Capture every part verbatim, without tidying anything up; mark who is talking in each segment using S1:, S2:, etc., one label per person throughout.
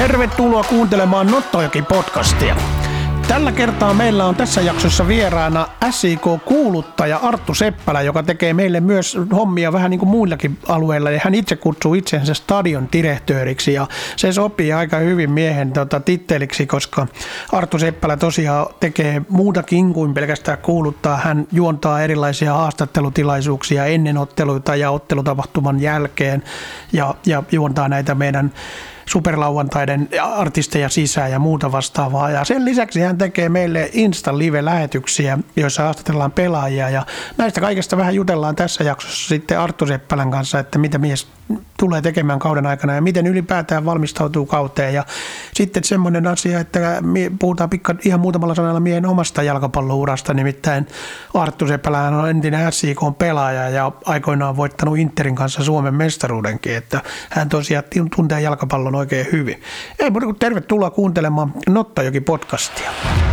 S1: Tervetuloa kuuntelemaan Nottojoki-podcastia. Tällä kertaa meillä on tässä jaksossa vieraana S I K-kuuluttaja Arttu Seppälä, joka tekee meille myös hommia vähän niin kuin muillakin alueilla. Ja hän itse kutsuu itsensä stadion direktööriksi ja se sopii aika hyvin miehen tota, titteliksi, koska Arttu Seppälä tosiaan tekee muutakin kuin pelkästään kuuluttaa. Hän juontaa erilaisia haastattelutilaisuuksia ennen otteluita ja ottelutapahtuman jälkeen ja, ja juontaa näitä meidän superlauantaiden artisteja sisään ja muuta vastaavaa. Ja sen lisäksi hän tekee meille Insta-live-lähetyksiä, joissa haastatellaan pelaajia. Ja näistä kaikesta vähän jutellaan tässä jaksossa sitten Arttu Seppälän kanssa, että mitä mies tulee tekemään kauden aikana ja miten ylipäätään valmistautuu kauteen. Ja sitten semmoinen asia, että puhutaan pikka, ihan muutamalla sanalla miehen omasta jalkapallourasta, nimittäin Arttu Seppälä on entinen S I K-pelaaja ja aikoinaan voittanut Interin kanssa Suomen mestaruudenkin, että hän tosiaan tuntee jalkapallon oikein hyvin. Ei muuta kuin tervetuloa kuuntelemaan Nottojoki-podcastia.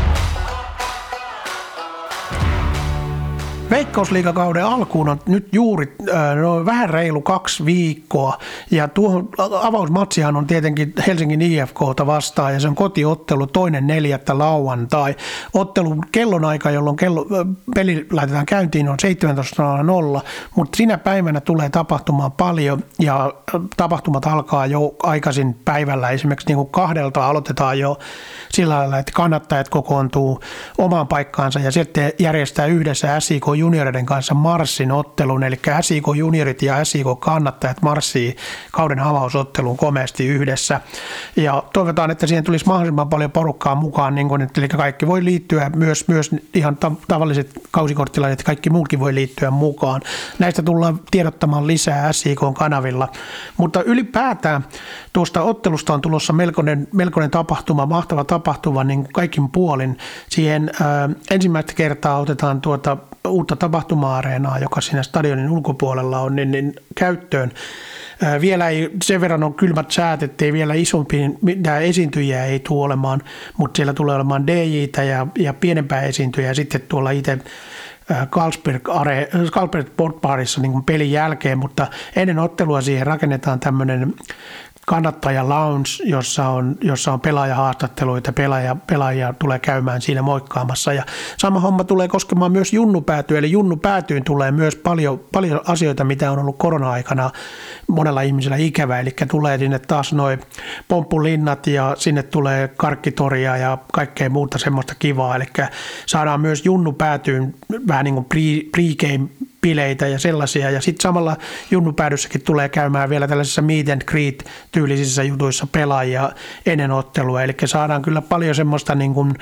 S1: Veikkausliigakauden alkuun on nyt juuri äh, no, vähän reilu kaksi viikkoa ja tuohon avausmatsihan on tietenkin Helsingin I F K:ta vastaan ja se on kotiottelu toinen neljättä lauantai. Ottelun kellonaika, jolloin kello, äh, peli laitetaan käyntiin on seitsemäntoista nolla nolla, mutta sinä päivänä tulee tapahtumaan paljon ja äh, tapahtumat alkaa jo aikaisin päivällä. Esimerkiksi niin kuin kahdelta aloitetaan jo sillä lailla, että kannattajat kokoontuu omaan paikkaansa ja sitten järjestää yhdessä S I K junioreiden kanssa marssin ottelun, eli S I K-juniorit ja S I K-kannattajat marssii kauden avausotteluun komeasti yhdessä. Ja toivotaan, että siihen tulisi mahdollisimman paljon porukkaa mukaan, niin kuin, eli kaikki voi liittyä, myös, myös ihan tavalliset kausikorttilaiset ja kaikki muutkin voi liittyä mukaan. Näistä tullaan tiedottamaan lisää S I K-kanavilla, mutta ylipäätään tuosta ottelusta on tulossa melkoinen, melkoinen tapahtuma, mahtava tapahtuma niin kaikin puolin. Siihen ää, ensimmäistä kertaa otetaan tuota uutta tapahtuma-areenaa, joka siinä stadionin ulkopuolella on, niin, niin käyttöön. Ää, vielä ei, sen verran on kylmät säät, ettei vielä isompia esiintyjiä ei tule olemaan, mutta siellä tulee olemaan D J:tä ja, ja pienempää esiintyjää sitten tuolla itse Carlsberg, Carlsberg Sportbarissa niin kuin pelin jälkeen, mutta ennen ottelua siihen rakennetaan tämmöinen kannattaja lounge, jossa on, jossa on pelaajahaastatteluita, pelaaja, pelaajia tulee käymään siinä moikkaamassa. Ja sama homma tulee koskemaan myös junnupäätyyn, eli junnupäätyyn tulee myös paljon, paljon asioita, mitä on ollut korona-aikana monella ihmisellä ikävä, eli tulee sinne taas noin pomppulinnat ja sinne tulee karkkitoria ja kaikkea muuta semmoista kivaa, eli saadaan myös junnupäätyyn vähän niin kuin pre-game bileitä ja sellaisia, ja sitten samalla junnupäädyssäkin tulee käymään vielä tällaisissa meet and greet tyylisissä jutuissa pelaajia ennen ottelua, eli saadaan kyllä paljon semmoista niin kuin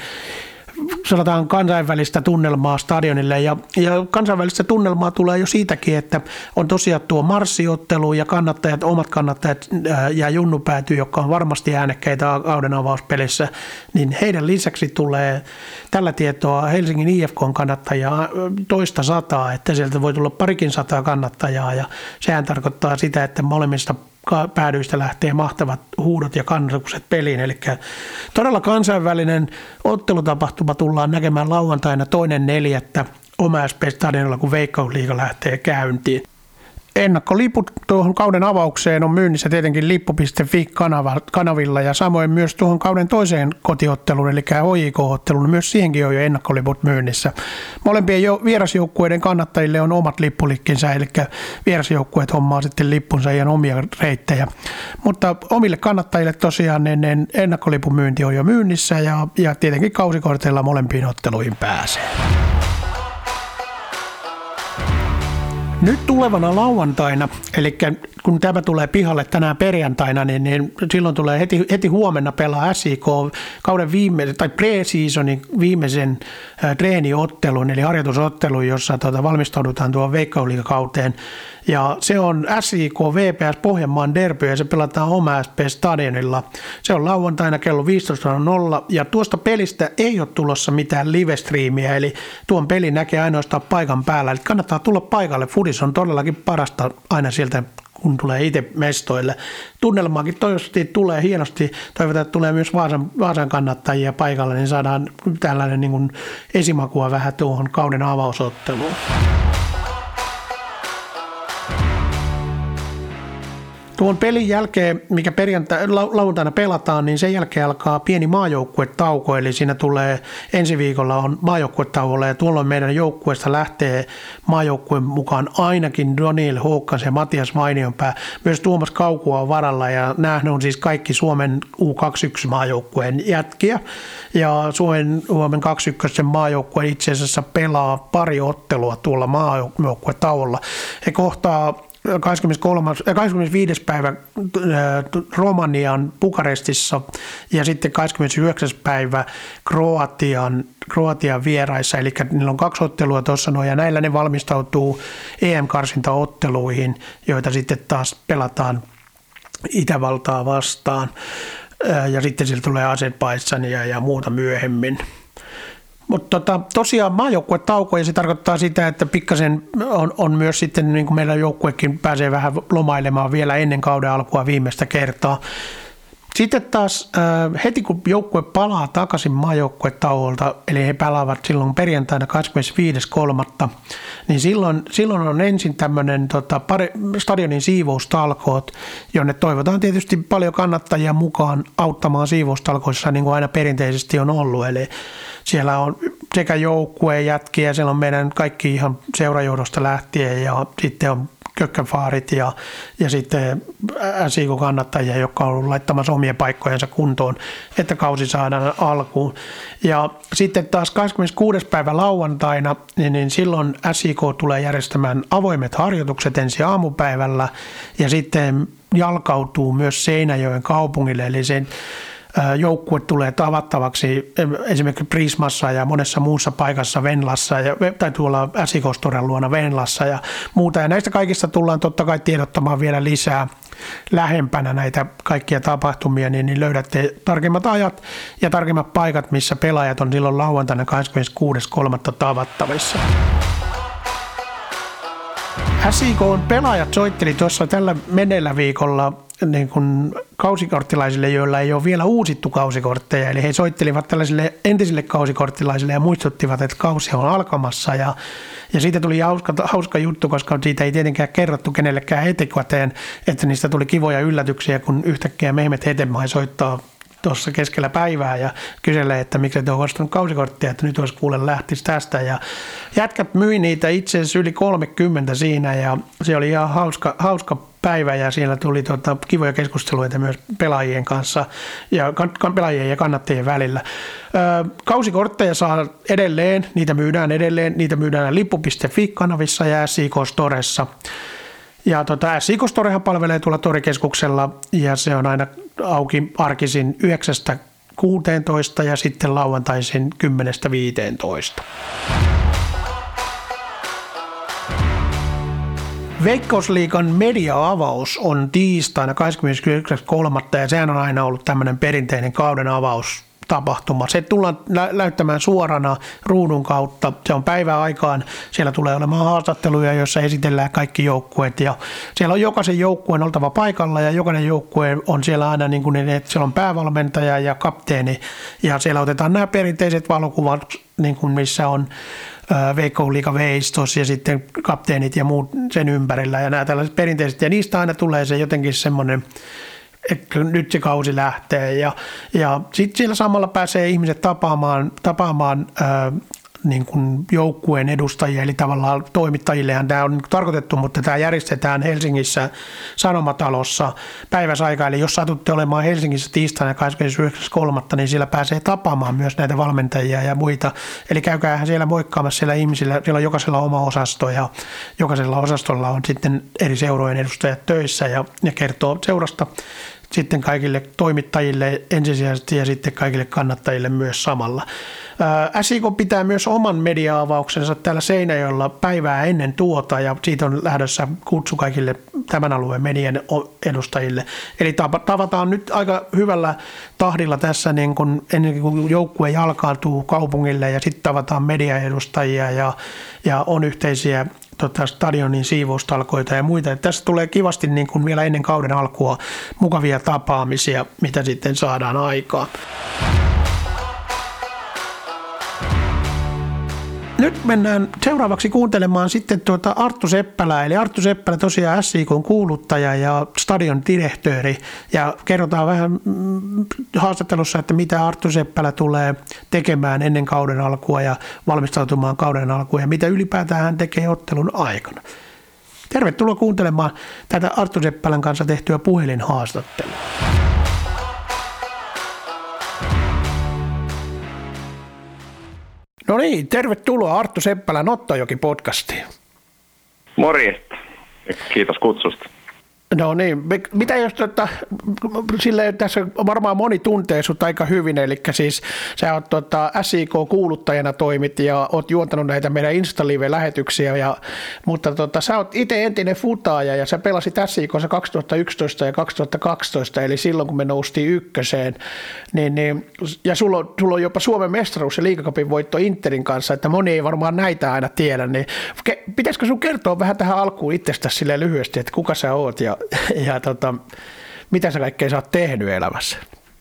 S1: sanotaan kansainvälistä tunnelmaa stadionille, ja, ja kansainvälistä tunnelmaa tulee jo siitäkin, että on tosiaan tuo marssijottelu ja kannattajat, omat kannattajat ää, ja junnupääty, jotka on varmasti äänekkäitä kauden avauspelissä, niin heidän lisäksi tulee tällä tietoa Helsingin I F K:n kannattajaa toista sataa, että sieltä voi tulla parikin sataa kannattajaa, ja sehän tarkoittaa sitä, että molemmista päädyistä lähtee mahtavat huudot ja kannatukset peliin. Eli todella kansainvälinen ottelutapahtuma tullaan näkemään lauantaina toinen neljättä O M S P-stadionilla, kun Veikkausliiga lähtee käyntiin. Ennakkoliput tuohon kauden avaukseen on myynnissä tietenkin lippu piste fi-kanavilla ja samoin myös tuohon kauden toiseen kotiotteluun, eli H J K-otteluun, myös siihenkin on jo ennakkoliput myynnissä. Molempien jo vierasjoukkueiden kannattajille on omat lippulikkinsä, eli vierasjoukkueet hommaa sitten lippunsa ihan omia reittejä. Mutta omille kannattajille tosiaan niin ennakkolipun myynti on jo myynnissä ja, ja tietenkin kausikorteilla molempiin otteluihin pääsee. Nyt tulevana lauantaina, eli kun tämä tulee pihalle tänään perjantaina, niin, niin silloin tulee heti, heti huomenna pelaa S I K kauden viimeisen, tai pre-seasonin viimeisen äh, treeniottelun, eli harjoitusottelun, jossa tuota, valmistaudutaan tuohon Veikkausliigakauteen. Ja se on S I K V P S Pohjanmaan derby ja se pelataan O M S P-stadionilla. Se on lauantaina kello viisitoista nolla nolla ja tuosta pelistä ei ole tulossa mitään live-striimiä, eli tuon pelin näkee ainoastaan paikan päällä. Eli kannattaa tulla paikalle. Fudis on todellakin parasta aina sieltä, kun tulee itse mestoille. Tunnelmaakin toivottavasti tulee hienosti. Toivotaan, että tulee myös Vaasan, Vaasan kannattajia paikalle, niin saadaan tällainen niin kuin esimakua vähän tuohon kauden avausotteluun. Tuon pelin jälkeen, mikä perjantai, lauantaina pelataan, niin sen jälkeen alkaa pieni maajoukkuetauko, eli siinä tulee ensi viikolla on maajoukkuetauolla ja tuolloin meidän joukkueesta lähtee maajoukkueen mukaan ainakin Daniel Håkansson ja Matias Mainionpää. Myös Tuomas Kaukua on varalla ja nämä on siis kaikki Suomen U kaksikymmentäyksi-maajoukkueen jätkiä ja Suomen, Suomen kaksikymmentäyksi maajoukkue itse asiassa pelaa pari ottelua tuolla maajoukkuetauolla. He kohtaa kahdeskymmeneskolmas, kahdeskymmenesviides päivä Romanian Bukarestissa ja sitten kahdeskymmenesyhdeksäs päivä Kroatian, Kroatian vieraissa, eli niillä on kaksi ottelua tuossa noin ja näillä ne valmistautuu E M-karsintaotteluihin, joita sitten taas pelataan Itävaltaa vastaan ja sitten siellä tulee Azerbaidžania ja muuta myöhemmin. Mutta tota, tosiaan maajoukkuetauko ja se tarkoittaa sitä, että pikkasen on, on myös sitten niin kuin meillä joukkuekin pääsee vähän lomailemaan vielä ennen kauden alkua viimeistä kertaa. Sitten taas äh, heti kun joukkue palaa takaisin maajoukkuetauolta, eli he pelaavat silloin perjantaina kahdeskymmenesviides kolmatta niin silloin, silloin on ensin tämmöinen tota, stadionin siivoustalkoot, jonne toivotaan tietysti paljon kannattajia mukaan auttamaan siivoustalkoissa, niin kuin aina perinteisesti on ollut. Eli siellä on sekä joukkueen jätkiä, siellä on meidän kaikki ihan seurajohdosta lähtien ja sitten on kökkäfaarit ja, ja sitten S I K-kannattajia, jotka on ollut laittamassa omien paikkojensa kuntoon, että kausi saadaan alkuun. Ja sitten taas kahdeskymmeneskuudes päivä lauantaina, niin, niin silloin S I K tulee järjestämään avoimet harjoitukset ensi aamupäivällä ja sitten jalkautuu myös Seinäjoen kaupungille, eli sen joukkue tulee tavattavaksi esimerkiksi Prismassa ja monessa muussa paikassa Venlassa ja, tai tuolla S I K-storen luona Venlassa ja muuta. Ja näistä kaikista tullaan totta kai tiedottamaan vielä lisää lähempänä näitä kaikkia tapahtumia, niin, niin löydätte tarkemmat ajat ja tarkemmat paikat, missä pelaajat on silloin lauantaina kahdeskymmeneskuudes kolmatta tavattavissa. S I K:n pelaajat soitteli tuossa tällä menneellä viikolla niin kuin kausikorttilaisille, joilla ei ole vielä uusittu kausikortteja. Eli he soittelivat tällaisille entisille kausikorttilaisille ja muistuttivat, että kausi on alkamassa. Ja, ja siitä tuli hauska, hauska juttu, koska siitä ei tietenkään kerrottu kenellekään etukäteen, että niistä tuli kivoja yllätyksiä, kun yhtäkkiä Mehmet Hetemäki soittaa tuossa keskellä päivää ja kyselee, että miksi et ole ostanut kausikorttia, että nyt olisi kuule lähtisi tästä. Ja jätkät myi niitä itse asiassa yli kolmekymmentä siinä ja se oli ihan hauska, hauska päivä ja siellä tuli tuota, kivoja keskusteluita myös pelaajien kanssa ja kan, pelaajien ja kannattajien välillä. Ö, kausikortteja saa edelleen, niitä myydään edelleen, niitä myydään lippu piste fi-kanavissa ja S I K-storessa. Ja tota, S I K-storehan palvelee tuolla torikeskuksella ja se on aina auki arkisin yhdeksästä kuuteentoista ja sitten lauantaisin kymmenestä viiteentoista. Veikkausliigan media-avaus on tiistaina kahdeskymmenesyhdeksäs kolmatta ja sehän on aina ollut tämmöinen perinteinen kauden avaus tapahtuma. Se tullaan näyttämään suorana ruudun kautta. Se on päiväaikaan. Siellä tulee olemaan haastatteluja, joissa esitellään kaikki joukkueet. Ja siellä on jokaisen joukkueen oltava paikalla ja jokainen joukkue on siellä aina niin kuin, että siellä on päävalmentaja ja kapteeni. Ja siellä otetaan nämä perinteiset valokuvat, niin kuin missä on Veikkausliiga veistos ja sitten kapteenit ja muut sen ympärillä ja nämä tällaiset perinteiset. Ja niistä aina tulee se jotenkin semmoinen, että nyt se kausi lähtee ja, ja sitten siellä samalla pääsee ihmiset tapaamaan, tapaamaan ää, niin kuin joukkueen edustajia, eli tavallaan toimittajillehan tämä on tarkoitettu, mutta tämä järjestetään Helsingissä Sanomatalossa päiväsaikaa, eli jos satutte olemaan Helsingissä tiistaina kahdeskymmenesyhdeksäs kolmatta niin siellä pääsee tapaamaan myös näitä valmentajia ja muita, eli käykäähän siellä moikkaamassa siellä ihmisillä, siellä on jokaisella oma osasto ja jokaisella osastolla on sitten eri seurojen edustajat töissä ja, ja kertoo seurasta sitten kaikille toimittajille ensisijaisesti ja sitten kaikille kannattajille myös samalla. S I K pitää myös oman media-avauksensa täällä Seinäjoella päivää ennen tuota ja siitä on lähdössä kutsu kaikille tämän alueen median edustajille. Eli tavataan nyt aika hyvällä tahdilla tässä niin kun ennen kuin joukkue jalkaantuu kaupungille ja sitten tavataan mediaedustajia ja, ja on yhteisiä Tota, stadionin siivoustalkoita ja muita. Että tässä tulee kivasti niin kuin vielä ennen kauden alkua mukavia tapaamisia, mitä sitten saadaan aikaan. nyt mennään seuraavaksi kuuntelemaan sitten tuota Arttu Seppälää. Eli Arttu Seppälä tosiaan S I K:n kuuluttaja ja stadion direktööri. Ja kerrotaan vähän haastattelussa, että mitä Arttu Seppälä tulee tekemään ennen kauden alkua ja valmistautumaan kauden alkuun ja mitä ylipäätään hän tekee ottelun aikana. Tervetuloa kuuntelemaan tätä Arttu Seppälän kanssa tehtyä puhelinhaastattelua. No niin, tervetuloa Arttu Seppälä Nottojoki-podcastiin.
S2: Morjesta. Kiitos kutsusta.
S1: No niin, mitä jos tota, silleen, tässä varmaan moni tuntee sut aika hyvin, eli siis sä oot tota, S I K-kuuluttajana toimit ja oot juontanut näitä meidän Insta-live-lähetyksiä, ja, mutta tota, sä oot itse entinen futaaja ja sä pelasit S I K:ssa kaksituhattayksitoista ja kaksituhattakaksitoista, eli silloin kun me noustiin ykköseen, niin, niin, ja sulla on, sulla on jopa Suomen mestaruus ja liigacupin voitto Interin kanssa, että moni ei varmaan näitä aina tiedä, niin pitäisikö sun kertoa vähän tähän alkuun itsestäsi silleen lyhyesti, että kuka sä oot ja Ja tota, mitä sä kaikkea sä oot tehnyt elämässä?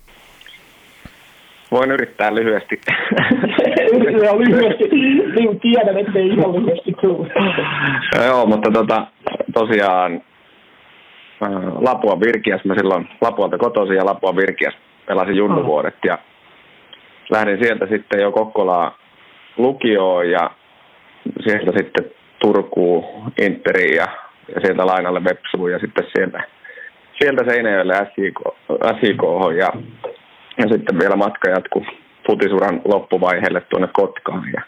S2: Voin yrittää lyhyesti.
S3: Yritetään lyhyesti. Niin tiedän, ettei ihan lyhyesti tule.
S2: Joo, mutta tota, tosiaan Lapua Virkiäs, mä silloin Lapualta kotoisin ja Lapua Virkiäs pelasin junnuvuodet ja lähdin sieltä sitten jo Kokkolaan lukioon ja sieltä sitten Turkuun, Interiin ja ja sieltä lainalle Vepsuun ja sitten sieltä, sieltä Seinäjoelle S I K:hon ja, ja sitten vielä matka jatkui futisuran loppuvaiheelle tuonne Kotkaan. Ja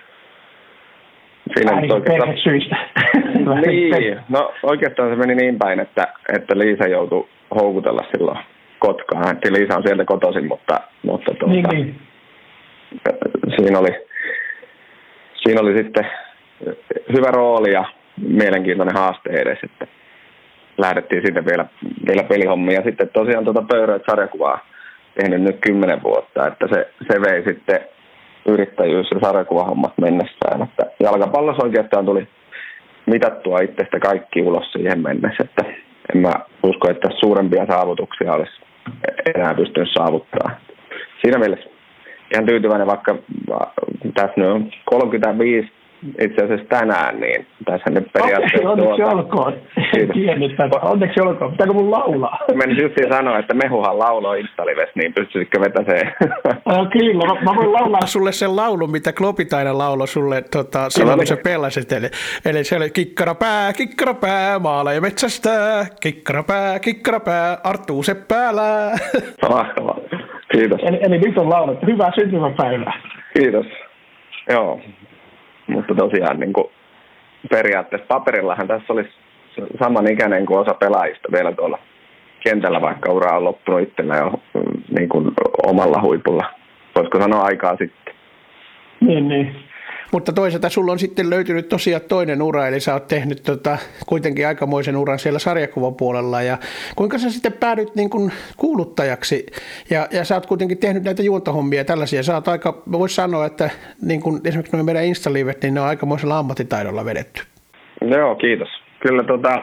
S2: siinä nyt oikeastaan...
S3: syistä.
S2: Niin, no oikeastaan se meni niin päin, että, että Liisa joutui houkutella silloin Kotkaan. Liisa on sieltä kotoisin, mutta, mutta tuota,
S3: niin, niin.
S2: Siinä, oli, siinä oli sitten hyvä rooli ja mielenkiintoinen haaste edes, että lähdettiin sitten vielä, vielä pelihommia. Ja sitten tosiaan tuota Pöyröt sarjakuvaa tehnyt nyt kymmenen vuotta, että se, se vei sitten yrittäjyys- ja sarjakuvahommat mennessään. Että jalkapallossa oikeastaan tuli mitattua itsestä kaikki ulos siihen mennessä, että en mä usko, että suurempia saavutuksia olisi enää pystynyt saavuttaa. Siinä mielessä ihan tyytyväinen, vaikka tässä nyt on kolmekymmentäviisi itse asiassa tänään, niin tässä nyt periaatteessa...
S3: Okei, onneksi olkoon. En tiennyt tätä. Onneksi olkoon. Pitääkö mun laulaa?
S2: Menisin justiin sanoa, että Mehuhan lauloi Insta-livessä, niin pystyisikö vetäseen?
S3: No, kyllä, mä, mä voin laulaa.
S1: Sulle sen laulun, mitä Klopit aina lauloi sulle tota, silloin, kun sä pelasit. Eli, eli se oli kikkarapää, kikkarapää, maala ja metsästä, kikkarapää, kikkarapää, Arttu Seppälä.
S2: Mahtavaa. Kiitos.
S3: Eli, eli nyt on laulettu. Hyvää syntymäpäivää.
S2: Kiitos. Joo. Mutta tosiaan niin kuin periaatteessa paperillahan tässä olisi samanikäinen kuin osa pelaajista vielä tuolla kentällä, vaikka ura on loppunut itsellä jo niin kuin omalla huipulla. Voisiko sanoa aikaa sitten?
S3: Niin, niin.
S1: Mutta toisaalta sulla on sitten löytynyt tosiaan toinen ura, eli sä oot tehnyt tota, kuitenkin aikamoisen uran siellä sarjakuvapuolella. Ja kuinka sä sitten päädyt niin kuin kuuluttajaksi? Ja, ja sä oot kuitenkin tehnyt näitä juontohommia ja tällaisia. Sä oot aika, vois sanoa, että niin kuin esimerkiksi nuo meidän Insta-livet, niin ne on aikamoisella ammattitaidolla vedetty.
S2: Joo, kiitos. Kyllä tota,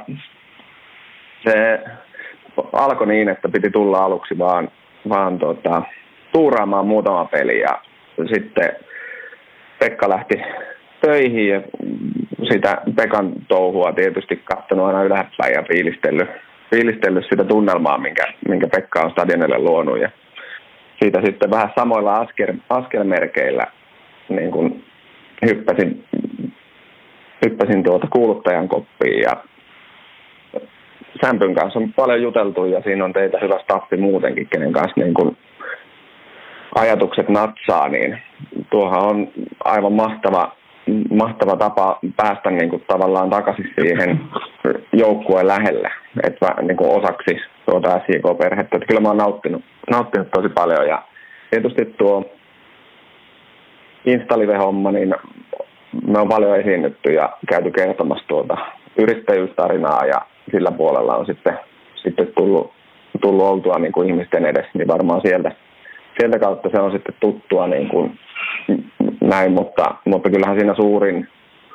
S2: se alkoi niin, että piti tulla aluksi vaan, vaan tota, tuuraamaan muutama peli ja sitten Pekka lähti töihin ja sitä Pekan touhua tietysti katsonut aina ylhääpäin ja fiilistellyt, fiilistellyt sitä tunnelmaa, minkä, minkä Pekka on stadionille luonut. Ja siitä sitten vähän samoilla askel, askelmerkeillä niin kun hyppäsin, hyppäsin tuota kuuluttajan koppiin ja Sämpyn kanssa on paljon juteltu ja siinä on teitä hyvä staffi muutenkin, kenen kanssa niin kun ajatukset natsaa, niin tuohan on aivan mahtava, mahtava tapa päästä niin kuin tavallaan takaisin siihen joukkueen lähelle, että niin kuin osaksi tuota S I K-perhettä. Että kyllä mä oon nauttinut, nauttinut tosi paljon ja tietysti tuo Insta-live-homma, niin me on paljon esiinnytty ja käyty kertomassa tuota yrittäjyystarinaa ja sillä puolella on sitten, sitten tullut, tullut oltua niin kuin ihmisten edessä, niin varmaan sieltä Sieltä kautta se on sitten tuttua niin kuin näin, mutta, mutta kyllähän siinä suurin,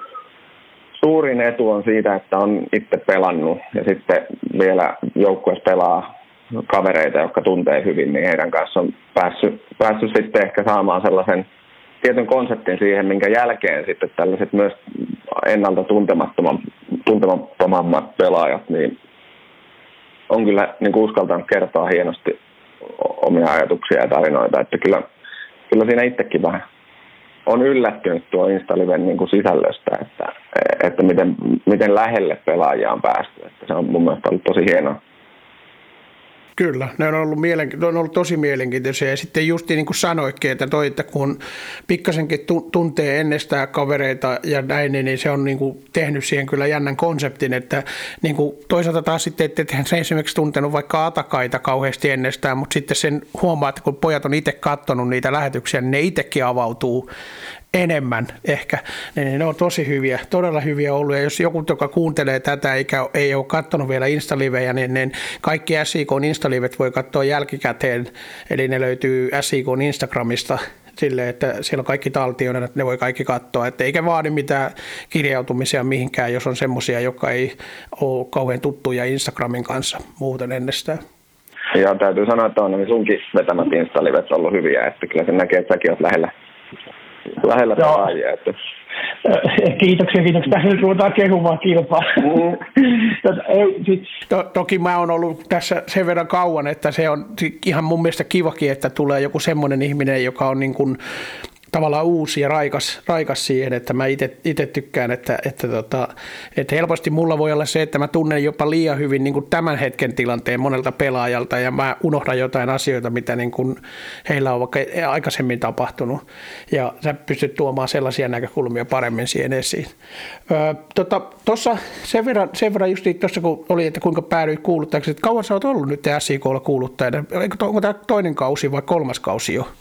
S2: suurin etu on siitä, että on itse pelannut ja sitten vielä joukkueessa pelaa kavereita, jotka tuntee hyvin, niin heidän kanssa on päässyt, päässyt sitten ehkä saamaan sellaisen tietyn konseptin siihen, minkä jälkeen sitten tällaiset myös ennalta tuntemattoman, tuntemattomammat pelaajat, niin on kyllä niin kuin uskaltanut kertoa hienosti omia ajatuksia ja tarinoita, että kyllä, kyllä siinä itsekin vähän on yllättynyt tuo Instaliven niin kuin sisällöstä, että, että miten, miten lähelle pelaajia on päästy, että se on mun mielestä ollut tosi hienoa.
S1: Kyllä, ne on ollut, mielenki- on ollut tosi mielenkiintoisia ja sitten just niin kuin sanoitkin, että toi, että kun pikkasenkin tuntee ennestään kavereita ja näin, niin se on niin kuin tehnyt siihen kyllä jännän konseptin, että niin kuin toisaalta taas sitten, että eihän se esimerkiksi tuntenut vaikka Atakaita kauheasti ennestään, mutta sitten sen huomaa, että kun pojat on itse katsonut niitä lähetyksiä, niin ne itsekin avautuu enemmän ehkä, niin ne on tosi hyviä, todella hyviä ollut, ja jos joku, joka kuuntelee tätä eikä ei ole katsonut vielä Instalivejä, niin, niin kaikki S I K:n Instalivet voi katsoa jälkikäteen, eli ne löytyy S I K:n Instagramista silleen, että siellä on kaikki taltioina, että ne voi kaikki katsoa, että eikä vaadi mitään kirjautumisia mihinkään, jos on semmoisia, jotka ei ole kauhean tuttuja Instagramin kanssa muuten ennestään.
S2: Ja täytyy sanoa, että on sunkin vetämät Instalivet ollut hyviä, että kyllä se näkee, että säkin olet lähellä. Lähellä pelaajia. Että...
S3: Kiitoksia, kiitoksia. Tässä nyt ruvetaan kehumaan kilpaa. Mm.
S1: to, toki mä oon ollut tässä sen verran kauan, että se on ihan mun mielestä kivakin, että tulee joku semmoinen ihminen, joka on niin kuin tavallaan uusi ja raikas, raikas siihen, että mä itse tykkään, että, että, tota, että helposti mulla voi olla se, että mä tunnen jopa liian hyvin niin kuin tämän hetken tilanteen monelta pelaajalta ja mä unohdan jotain asioita, mitä niin kuin heillä on vaikka aikaisemmin tapahtunut ja sä pystyt tuomaan sellaisia näkökulmia paremmin siihen esiin. Tuossa tota, sen verran, sen verran just tuossa kun oli, että kuinka päädyit kuuluttajaksi, että kauan sä oot ollut nyt S I K:lla kuuluttajana, onko tämä toinen kausi vai kolmas kausi jo?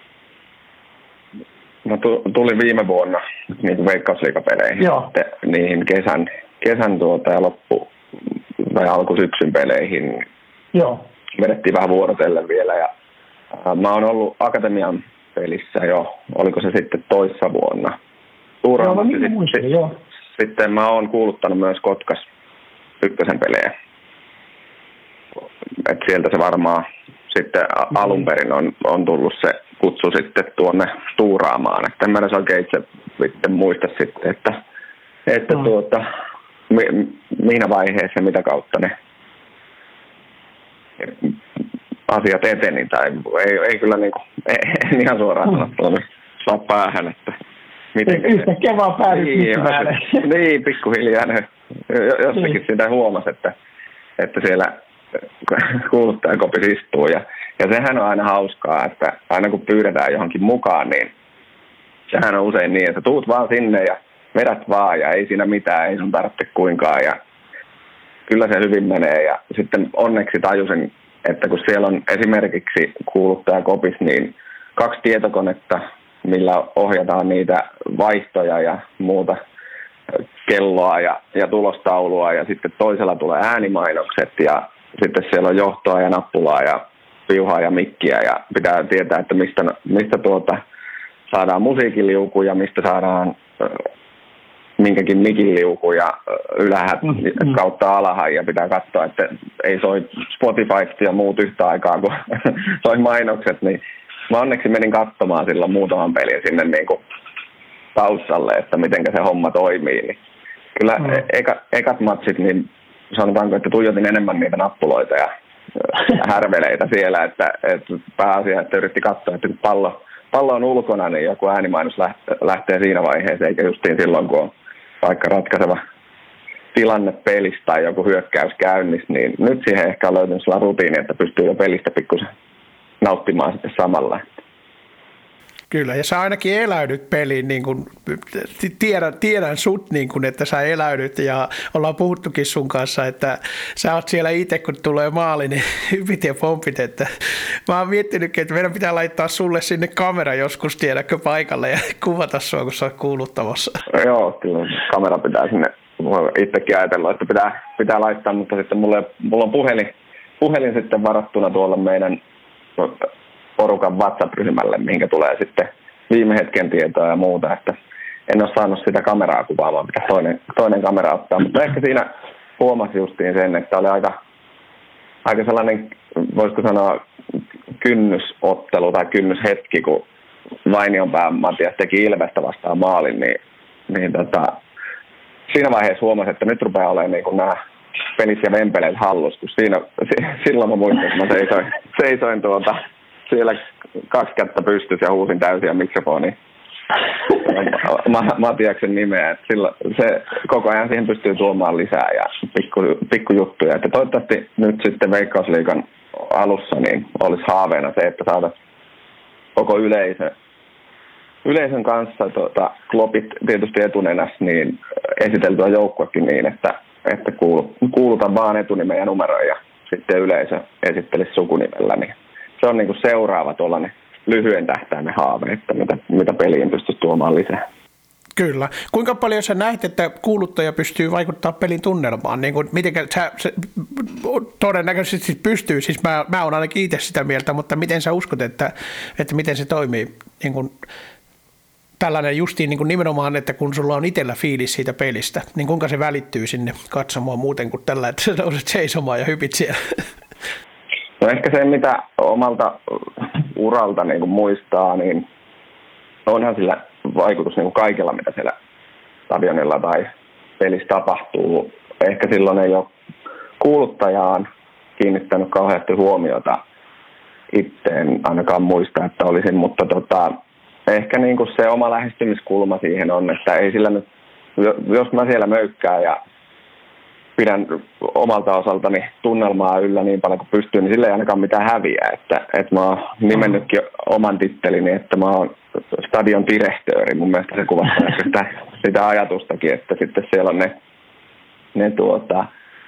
S2: Mä tulin viime vuonna niin Veikkausliigapeleihin, niihin kesän, kesän tuota ja loppu tai alkusyksyn peleihin.
S3: Joo.
S2: Vedettiin vähän vuorotellen vielä ja ää, mä oon ollut Akatemian pelissä jo, oliko se sitten toissa vuonna.
S3: Joo, no niin muistin, joo.
S2: Sitten mä oon kuuluttanut myös Kotkas ykkösen pelejä. Et sieltä se varmaan sitten alun perin on, on tullut se kutsu sitten tuonne tuuraamaan. Että en mä edes oikein itse, itse muista sitten, että, että no. tuota, mi, missä vaiheessa mitä kautta ne asiat eteni. Tai ei, ei kyllä niin kuin, en ihan suoraan sanottuna niin saa päähän, että miten
S3: yhtäkkiä vaan päädyt
S2: niin, niin, pikkuhiljaa ne jostakin niin. Sitä huomasi, että, että siellä kuuluttajakopissa istuu. Ja, ja sehän on aina hauskaa, että aina kun pyydetään johonkin mukaan, niin sehän on usein niin, että tuut vaan sinne ja vedät vaan ja ei siinä mitään, ei sun tarvitse kuinkaan. Ja kyllä se hyvin menee. Ja sitten onneksi tajusin, että kun siellä on esimerkiksi kuuluttajakopissa, niin kaksi tietokonetta, millä ohjataan niitä vaihtoja ja muuta kelloa ja, ja tulostaulua ja sitten toisella tulee äänimainokset ja sitten siellä on johtoa ja nappulaa ja piuhaa ja mikkiä ja pitää tietää, että mistä, mistä tuota saadaan musiikiliuku ja mistä saadaan äh, minkäkin mikin liuku ja ylhäältä mm-hmm. kautta alahan ja pitää katsoa, että ei soi Spotify ja muut yhtä aikaa kuin soi mainokset, niin mä onneksi menin katsomaan silloin muutaman pelin sinne niin kuin taustalle, että miten se homma toimii. Niin kyllä mm. eka, ekat matsit, niin sanotaanko, että tuijotin enemmän niitä nappuloita ja härveleitä siellä, että, että pääasia, että yritti katsoa, että kun pallo, pallo on ulkona, niin joku äänimainos lähtee, lähtee siinä vaiheessa, eikä justiin silloin, kun on vaikka ratkaiseva tilanne pelissä tai joku hyökkäys käynnissä, niin nyt siihen ehkä on löytynyt sellainen rutiini, että pystyy jo pelistä pikkusen nauttimaan sitten samalla.
S1: Kyllä, ja sä ainakin eläydyt peliin, niin kun, tiedän, tiedän sut, niin kun, että sä eläydyt, ja ollaan puhuttukin sun kanssa, että sä oot siellä itse, kun tulee maali, niin hypit ja pompit, että mä oon miettinytkin, että meidän pitää laittaa sulle sinne kamera joskus, tiedäkö, paikalle ja kuvata sua, kun sä oot kuuluttamassa.
S2: Joo, kyllä kamera pitää sinne, itsekin ajatella, että pitää, pitää laittaa, mutta sitten mulla, mulla on puhelin, puhelin sitten varattuna tuolla meidän porukan WhatsApp-ryhmälle, mihinkä tulee sitten viime hetken tietoa ja muuta, että en ole saanut sitä kameraa kuvaamaan, pitää toinen, toinen kamera ottaa, mutta ehkä siinä huomasi justiin sen, että oli aika, aika sellainen, voisiko sanoa, kynnysottelu tai kynnyshetki, kun Vainionpään Matias teki Ilvestä vastaan maalin, niin, niin tota, siinä vaiheessa huomasin, että nyt rupeaa olemaan niin nämä pelit ja vempeleet hallus, kun siinä, silloin mä muistan, että mä seisoin, seisoin tuota, siellä kaksi kättä pystyssä ja huusin täysiä mikrofoniin Matiaksen nimeä. Että silloin se koko ajan siihen pystyy tuomaan lisää ja pikku, pikkujuttuja. Että toivottavasti nyt sitten Veikkausliigan alussa niin olisi haaveena se, että saataisiin koko yleisö, yleisön kanssa tuota, klopit tietysti etunenässä niin esiteltyä joukkuekin niin, että, että kuulutaan vaan etunimen ja numeroja ja sitten yleisö esittelisi sukunimellä. Niin se on niin kuin seuraava tuollainen lyhyen tähtäimen haave, että mitä, mitä peliin pystyisi tuomaan lisää.
S1: Kyllä. Kuinka paljon sä näet, että kuuluttaja pystyy vaikuttamaan pelin tunnelmaan? Niin kuin, miten sä, se, todennäköisesti pystyy, siis mä, mä oon ainakin itse sitä mieltä, mutta miten sä uskot, että, että miten se toimii? Niin kuin, tällainen justiin niin kuin nimenomaan, että kun sulla on itsellä fiilis siitä pelistä, niin kuinka se välittyy sinne katsomaan muuten kuin tällä, että sä nouset seisomaan ja hypit siellä?
S2: No ehkä se, mitä omalta uralta niin kuin muistaa, niin onhan sillä vaikutus niin kuin kaikella, mitä siellä stadionilla tai pelissä tapahtuu. Ehkä silloin ei ole kuuluttajaan kiinnittänyt kauheasti huomiota itteen, ainakaan muista, että olisin, mutta tota, ehkä niin kuin se oma lähestymiskulma siihen on, että ei sillä nyt, jos mä siellä möykkään ja pidän omalta osaltani tunnelmaa yllä niin paljon kuin pystyy, niin sillä ei ainakaan mitään häviä. Että, että mä oon nimennytkin oman tittelini, että mä oon stadion direktööri. Mun mielestä se kuvastaa sitä, sitä ajatustakin, että sitten siellä on ne, ne tuota,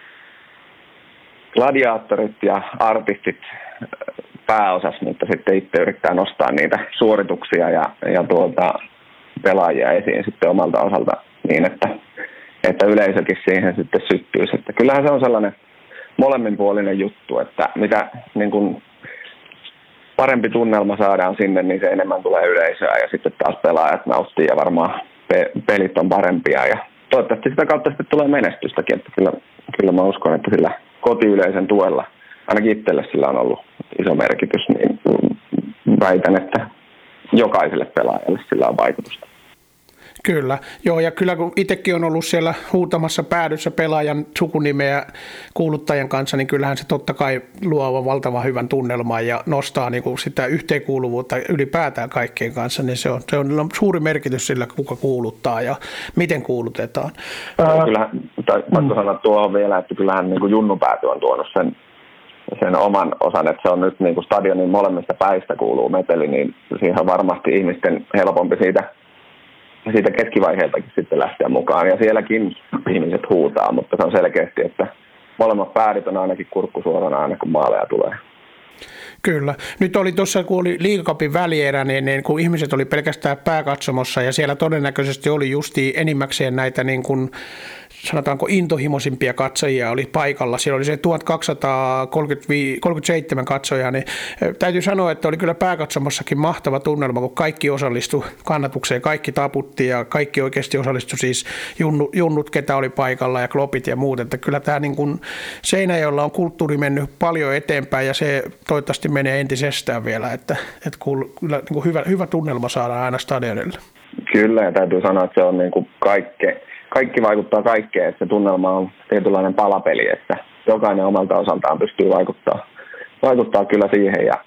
S2: gladiaattorit ja artistit pääosassa, mutta sitten itse yrittää nostaa niitä suorituksia ja, ja tuota, pelaajia esiin sitten omalta osalta niin, että että yleisökin siihen sitten syttyisi. Että kyllähän se on sellainen molemminpuolinen juttu, että mitä niin kuin parempi tunnelma saadaan sinne, niin se enemmän tulee yleisöä ja sitten taas pelaajat nauttii ja varmaan pe- pelit on parempia ja toivottavasti sitä kautta sitten tulee menestystäkin, että kyllä, kyllä mä uskon, että sillä kotiyleisön tuella, ainakin itselle sillä on ollut iso merkitys, niin väitän, että jokaiselle pelaajalle sillä on vaikutusta.
S1: Kyllä, joo, ja kyllä kun itsekin on ollut siellä huutamassa päädyssä pelaajan sukunimeä kuuluttajan kanssa, niin kyllähän se totta kai luo valtavan hyvän tunnelman ja nostaa niin kuin sitä yhteenkuuluvuutta ylipäätään kaikkien kanssa, niin se on, se on suuri merkitys sillä, kuka kuuluttaa ja miten kuulutetaan.
S2: Ää... Kyllähän, tai pakko sanoa tuohon vielä, että kyllähän niin kuin Junnupääty on tuonut sen, sen oman osan, että se on nyt niin kuin stadionin molemmista päistä kuuluu meteli, niin siihen on varmasti ihmisten helpompi siitä siitä keskivaiheeltakin sitten lähteä mukaan. Ja sielläkin ihmiset huutaa, mutta se on selkeästi, että molemmat päädyt on ainakin kurkkusuorana aina, kun maaleja tulee.
S1: Kyllä. Nyt oli tuossa, kun oli liigacupin välierä, niin, niin kun ihmiset oli pelkästään pääkatsomossa ja siellä todennäköisesti oli justiin enimmäkseen näitä niin kuin, sanotaanko intohimoisimpia katsojia oli paikalla. Siellä oli se tuhatkaksisataakolmekymmentäseitsemän katsojaa, niin täytyy sanoa, että oli kyllä pääkatsomossakin mahtava tunnelma, kun kaikki osallistui kannatukseen, kaikki taputti ja kaikki oikeasti osallistui siis junnu, junnut, ketä oli paikalla ja klopit ja muut. Että kyllä tämä niin kuin Seinäjoella on kulttuuri mennyt paljon eteenpäin ja se toivottavasti menee entisestään vielä, että, että kyllä niin kuin hyvä, hyvä tunnelma saadaan aina stadionille.
S2: Kyllä, ja täytyy sanoa, että se on niin kuin kaikki, kaikki vaikuttaa kaikkeen, että se tunnelma on tietynlainen palapeli, että jokainen omalta osaltaan pystyy vaikuttaa, vaikuttaa kyllä siihen, ja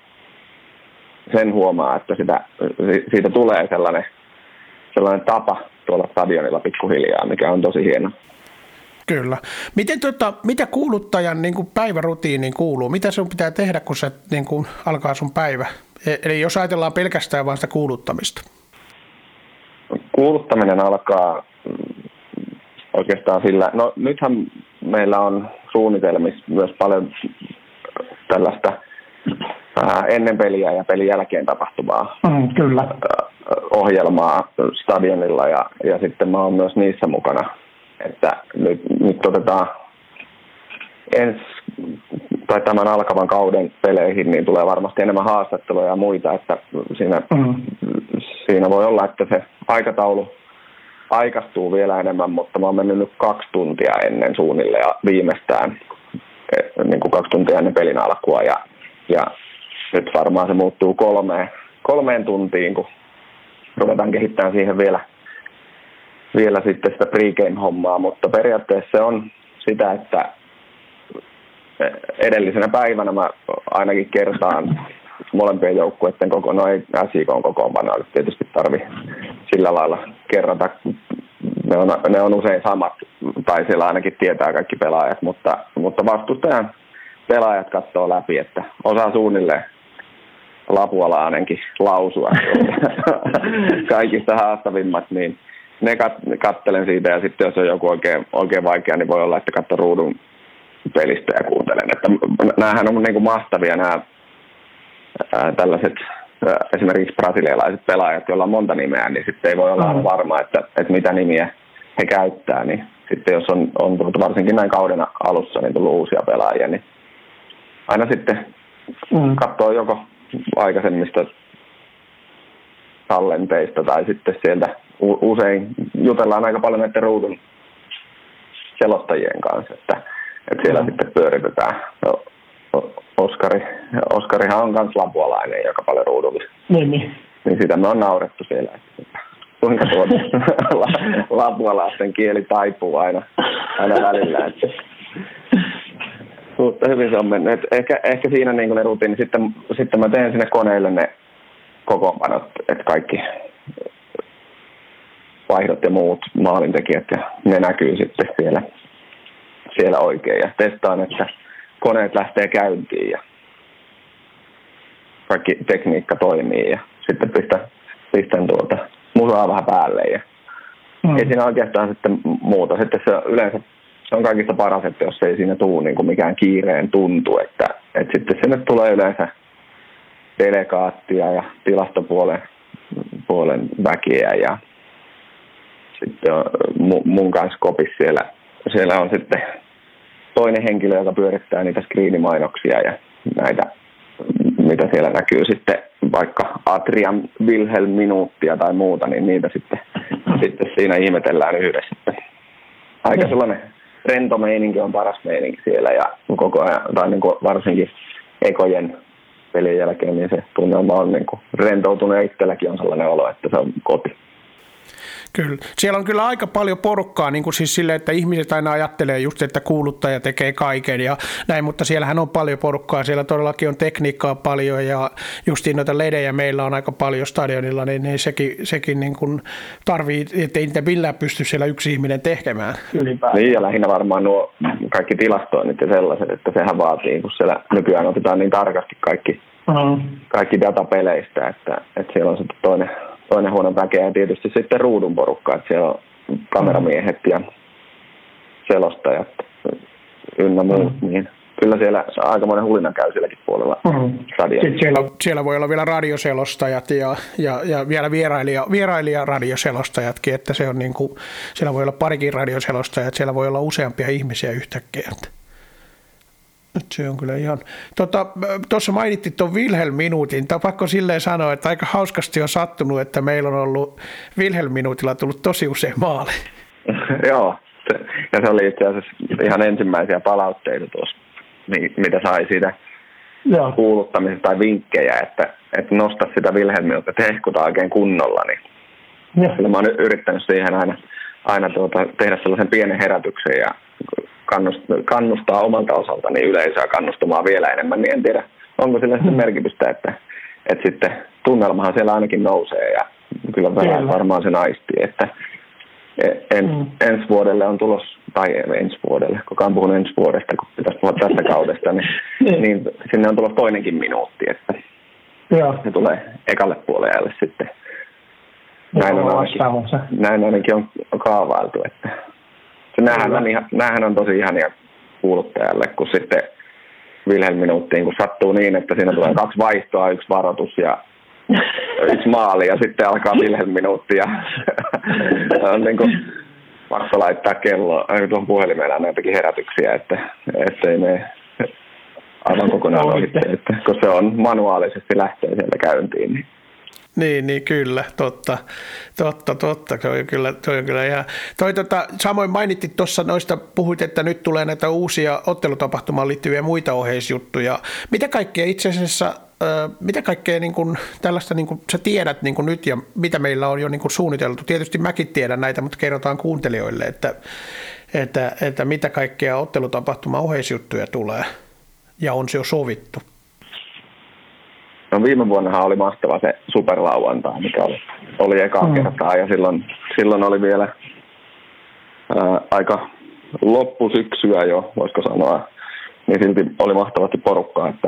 S2: sen huomaa, että sitä, siitä tulee sellainen, sellainen tapa tuolla stadionilla pikkuhiljaa, mikä on tosi hieno.
S1: Kyllä. Miten, tota, mitä kuuluttajan niin kuin päivärutiiniin kuuluu? Mitä sun pitää tehdä, kun se niin kuin alkaa sun päivä? Eli jos ajatellaan pelkästään vain sitä kuuluttamista.
S2: Kuuluttaminen alkaa oikeastaan sillä, no nythän meillä on suunnitelmissa myös paljon tällaista ää, ennen peliä ja pelin jälkeen tapahtuvaa
S3: mm, kyllä.
S2: ää, ohjelmaa stadionilla ja, ja sitten mä oon myös niissä mukana. Että nyt, nyt otetaan ens, tai tämän alkavan kauden peleihin, niin tulee varmasti enemmän haastatteluja ja muita, että siinä, mm. siinä voi olla, että se aikataulu aikaistuu vielä enemmän, mutta mä oon mennyt nyt kaksi tuntia ennen suunnille ja viimeistään niin kuin kaksi tuntia ennen pelin alkua ja, ja nyt varmaan se muuttuu kolmeen, kolmeen tuntiin, kun ruvetaan kehittämään siihen vielä, vielä sitten sitä pregame-hommaa, mutta periaatteessa se on sitä, että edellisenä päivänä mä ainakin kertaan molempien joukkueiden koko, no ei S I K on kokoonpanoa, tietysti tarvi sillä lailla kerrata. Ne on, ne on usein samat, tai siellä ainakin tietää kaikki pelaajat, mutta, mutta vastustajan pelaajat katsoo läpi, että osaa suunnilleen lapualaanenkin lausua kaikista haastavimmat, niin ne kat- kattelen siitä, ja sitten jos on joku oikein, oikein vaikea, niin voi olla, että katso ruudun pelistä ja kuuntelen. Että näähän on niin kuin mahtavia nämä ää, tällaiset ää, esimerkiksi brasilialaiset pelaajat, joilla on monta nimeä, niin sitten ei voi olla aina varma, että, että mitä nimiä he käyttää. Niin sitten jos on, on tullut varsinkin näin kauden alussa niin tullut uusia pelaajia, niin aina sitten mm. katsoo joko aikaisemmista tallenteista tai sitten sieltä usein jutellaan aika paljon näiden ruudun selostajien kanssa, että, että siellä mm. sitten pyöritetään. Oskari, Oskarihan on myös lapualainen, joka paljon ruudullista.
S3: Niin, niin.
S2: Niin sitä me on naurettu siellä, että kuinka tuo lapualaisten kieli taipuu aina, aina välillä. Että. Mutta hyvin se on mennyt. Ehkä, ehkä siinä niin ne rutiini. Sitten, sitten mä teen sinne koneille ne kokoonpanot, että kaikki vaihdot ja muut maalintekijät, ja ne näkyy sitten siellä, siellä oikein. Ja testaan, että koneet lähtee käyntiin ja kaikki tekniikka toimii. Ja sitten pistän, pistän tuota musaa vähän päälle. Ja mm. ei siinä oikeastaan sitten muuta. Sitten se yleensä se on kaikista paras, että jos ei siinä tule niin kuin mikään kiireen tuntu, että, että sitten sinne tulee yleensä delegaattia ja tilastopuolen puolen väkeä ja sitten on mun kanssa kopissa siellä, siellä on sitten toinen henkilö, joka pyörittää niitä screenimainoksia ja näitä, mitä siellä näkyy sitten vaikka Atrian Wilhelm minuuttia tai muuta, niin niitä sitten, sitten siinä ihmetellään yhdessä. Aika sellainen rento meininki on paras meininki siellä ja koko ajan, tai niin kuin varsinkin ekojen pelin jälkeen, niin se tunnelma on niin kuin rentoutunut ja itselläkin on sellainen olo, että se on koti.
S1: Kyllä. Siellä on kyllä aika paljon porukkaa, niin kuin siis silleen, että ihmiset aina ajattelee just, että kuuluttaja tekee kaiken ja näin, mutta siellähän on paljon porukkaa, siellä todellakin on tekniikkaa paljon ja justiin noita ledejä meillä on aika paljon stadionilla, niin, niin sekin, sekin niin kuin tarvii, ettei niitä millään pysty siellä yksi ihminen tekemään.
S2: Niin ja lähinnä varmaan nuo kaikki tilastoinnit ja sellaiset, että sehän vaatii, kun siellä nykyään otetaan niin tarkasti kaikki, mm. kaikki datapeleistä, että, että siellä on sitten toinen toinen huono väkeä ja tietysti sitten ruudun porukka, että siellä on kameramiehet ja selostajat ynnä muut, mm. niin kyllä siellä aikamoinen hulina käy sielläkin puolella mm.
S1: siellä, siellä voi olla vielä radioselostajat ja, ja, ja vielä vierailija, vierailija radioselostajatkin, että se on niin kuin, siellä voi olla parikin radioselostajat, siellä voi olla useampia ihmisiä yhtäkkiä. Nyt se on kyllä ihan... Tuossa tota, mainittiin tuon Wilhelm-minuutin. Tämä on pakko silleen sanoa, että aika hauskasti on sattunut, että meillä on ollut Wilhelm-minuutilla tullut tosi usein maali.
S2: Joo, ja se oli itse asiassa ihan ensimmäisiä palautteita tuossa, mitä sai siitä Joo. kuuluttamisesta tai vinkkejä, että, että nosta sitä Wilhelmilta, että hehkuta oikein kunnolla. Niin kyllä mä oon yrittänyt siihen aina, aina tuota, tehdä sellaisen pienen herätyksen ja kannustaa omalta osaltani yleisöä kannustamaan vielä enemmän, niin en tiedä, onko sillä sitten merkitystä, että, että sitten tunnelmahan siellä ainakin nousee ja kyllä varmaan se naistii, että en, mm. ensi vuodelle on tulos, tai ensi vuodelle, kukaan puhunut ensi vuodesta, kun pitäisi puhua tästä kaudesta, niin, niin sinne on tulos toinenkin minuutti, että Joo. se tulee ekalle puolelle sitten. Näin, on ainakin, näin ainakin on kaavailtu, että Nämähän on, ihan, nämähän on tosi ihania kuuluttajalle, kun sitten Wilhelm-minuuttiin, kun sattuu niin, että siinä tulee kaksi vaihtoa, yksi varoitus ja yksi maali ja sitten alkaa Wilhelm-minuutti ja on niin kuin pakko laittaa kello, tuohon puhelimeen näitäkin herätyksiä, että ei mene aivan kokonaan ohitte, että kun se on manuaalisesti lähtee sieltä käyntiin, niin
S1: Niin, niin kyllä, totta, totta, totta, toi on kyllä, toi on kyllä ihan. Toi, tota, samoin mainittit tuossa noista, puhuit, että nyt tulee näitä uusia ottelutapahtumaan liittyviä muita oheisjuttuja. Mitä kaikkea itse asiassa mitä kaikkea niin kuin, tällaista niin kuin, sä tiedät niin kuin nyt ja mitä meillä on jo niin kuin suunniteltu? Tietysti mäkin tiedän näitä, mutta kerrotaan kuuntelijoille, että, että, että mitä kaikkea ottelutapahtuma oheisjuttuja tulee ja on se jo sovittu.
S2: No viime vuonnahan oli mahtava se superlauantai, mikä oli, oli ekaa mm. kertaa ja silloin, silloin oli vielä ää, aika loppusyksyä jo, voisiko sanoa, niin silti oli mahtavasti porukkaa, että,